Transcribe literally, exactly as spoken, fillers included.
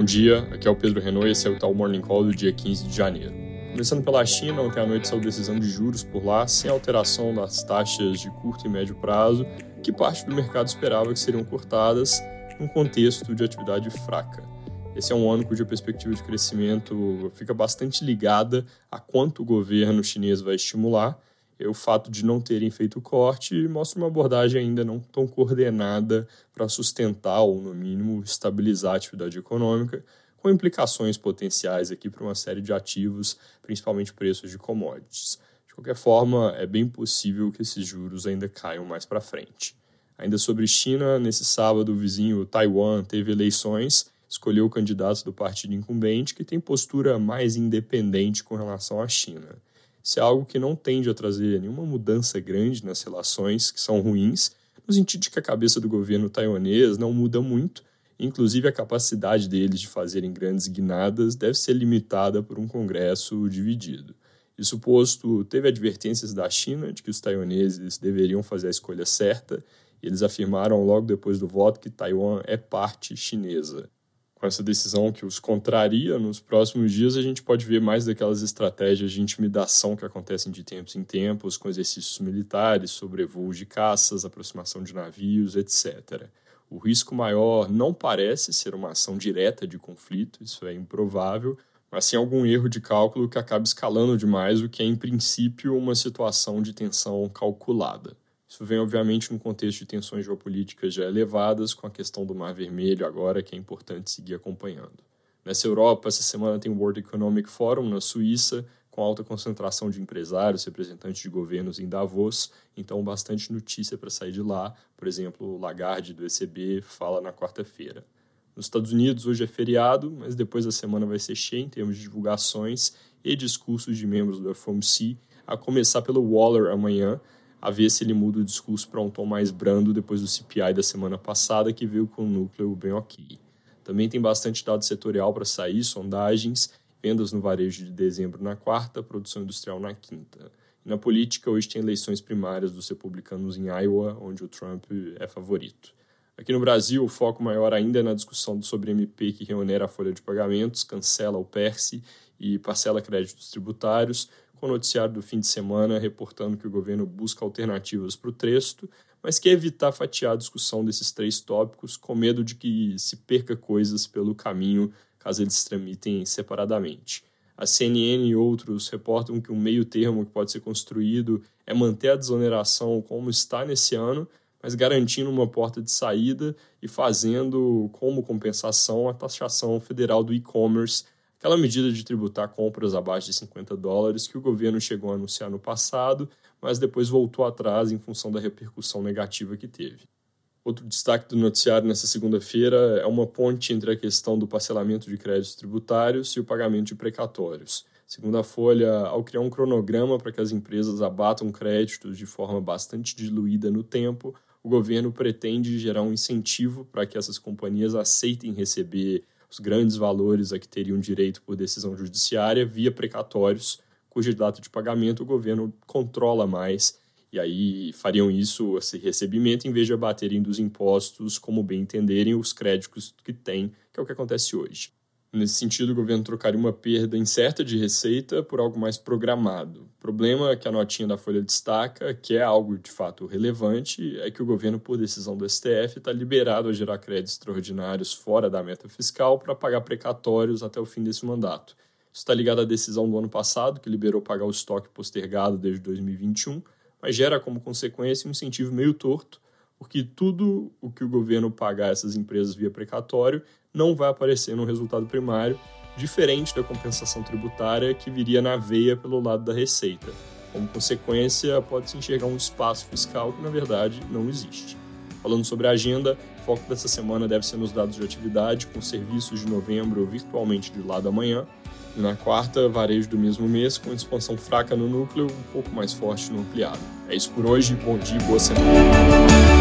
dia, aqui é o Pedro Renault e esse é o Itaú Morning Call do dia quinze de janeiro. Começando pela China, ontem à noite saiu decisão de juros por lá, sem alteração das taxas de curto e médio prazo, que parte do mercado esperava que seriam cortadas num contexto de atividade fraca. Esse é um ano cuja perspectiva de crescimento fica bastante ligada a quanto o governo chinês vai estimular. E o fato de não terem feito o corte mostra uma abordagem ainda não tão coordenada para sustentar ou, no mínimo, estabilizar a atividade econômica, com implicações potenciais aqui para uma série de ativos, principalmente preços de commodities. De qualquer forma, é bem possível que esses juros ainda caiam mais para frente. Ainda sobre China, nesse sábado, o vizinho Taiwan teve eleições, escolheu o candidato do partido incumbente, que tem postura mais independente com relação à China. Isso é algo que não tende a trazer nenhuma mudança grande nas relações, que são ruins, no sentido de que a cabeça do governo taiwanês não muda muito, inclusive a capacidade deles de fazerem grandes guinadas deve ser limitada por um congresso dividido. Isso posto, teve advertências da China de que os taiwaneses deveriam fazer a escolha certa, e eles afirmaram logo depois do voto que Taiwan é parte chinesa. Com essa decisão que os contraria, nos próximos dias a gente pode ver mais daquelas estratégias de intimidação que acontecem de tempos em tempos, com exercícios militares, sobrevoos de caças, aproximação de navios, etcétera. O risco maior não parece ser uma ação direta de conflito, isso é improvável, mas sim algum erro de cálculo que acaba escalando demais o que é, em princípio, uma situação de tensão calculada. Isso vem, obviamente, num contexto de tensões geopolíticas já elevadas, com a questão do Mar Vermelho agora, que é importante seguir acompanhando. Nessa Europa, essa semana tem o World Economic Forum na Suíça, com alta concentração de empresários, representantes de governos em Davos, então bastante notícia para sair de lá. Por exemplo, o Lagarde do E C B fala na quarta-feira. Nos Estados Unidos, hoje é feriado, mas depois a semana vai ser cheia em termos de divulgações e discursos de membros do F O M C, a começar pelo Waller amanhã, a ver se ele muda o discurso para um tom mais brando depois do C P I da semana passada, que veio com o núcleo bem ok. Também tem bastante dado setorial para sair, sondagens, vendas no varejo de dezembro na quarta, produção industrial na quinta. E na política, hoje tem eleições primárias dos republicanos em Iowa, onde o Trump é favorito. Aqui no Brasil, o foco maior ainda é na discussão sobre M P que reonera a folha de pagamentos, cancela o PERSE e parcela créditos tributários, com o noticiário do fim de semana reportando que o governo busca alternativas para o texto, mas quer evitar fatiar a discussão desses três tópicos com medo de que se perca coisas pelo caminho caso eles tramitem separadamente. A C N N e outros reportam que um meio termo que pode ser construído é manter a desoneração como está nesse ano, mas garantindo uma porta de saída e fazendo como compensação a taxação federal do e-commerce, aquela medida de tributar compras abaixo de cinquenta dólares que o governo chegou a anunciar no passado, mas depois voltou atrás em função da repercussão negativa que teve. Outro destaque do noticiário nessa segunda-feira é uma ponte entre a questão do parcelamento de créditos tributários e o pagamento de precatórios. Segundo a Folha, ao criar um cronograma para que as empresas abatam créditos de forma bastante diluída no tempo, o governo pretende gerar um incentivo para que essas companhias aceitem receber os grandes valores a que teriam direito por decisão judiciária via precatórios, cuja data de pagamento o governo controla mais, e aí fariam isso, esse recebimento, em vez de abaterem dos impostos como bem entenderem os créditos que têm, que é o que acontece hoje. Nesse sentido, o governo trocaria uma perda incerta de receita por algo mais programado. O problema que a notinha da Folha destaca, que é algo de fato relevante, é que o governo, por decisão do S T F, está liberado a gerar créditos extraordinários fora da meta fiscal para pagar precatórios até o fim desse mandato. Isso está ligado à decisão do ano passado, que liberou pagar o estoque postergado desde dois mil e vinte e um, mas gera como consequência um incentivo meio torto, porque tudo o que o governo pagar essas empresas via precatório não vai aparecer no resultado primário, diferente da compensação tributária que viria na veia pelo lado da receita. Como consequência, pode-se enxergar um espaço fiscal que, na verdade, não existe. Falando sobre a agenda, o foco dessa semana deve ser nos dados de atividade, com serviços de novembro virtualmente de lado amanhã, e na quarta, varejo do mesmo mês, com expansão fraca no núcleo, um pouco mais forte no ampliado. É isso por hoje, bom dia e boa semana.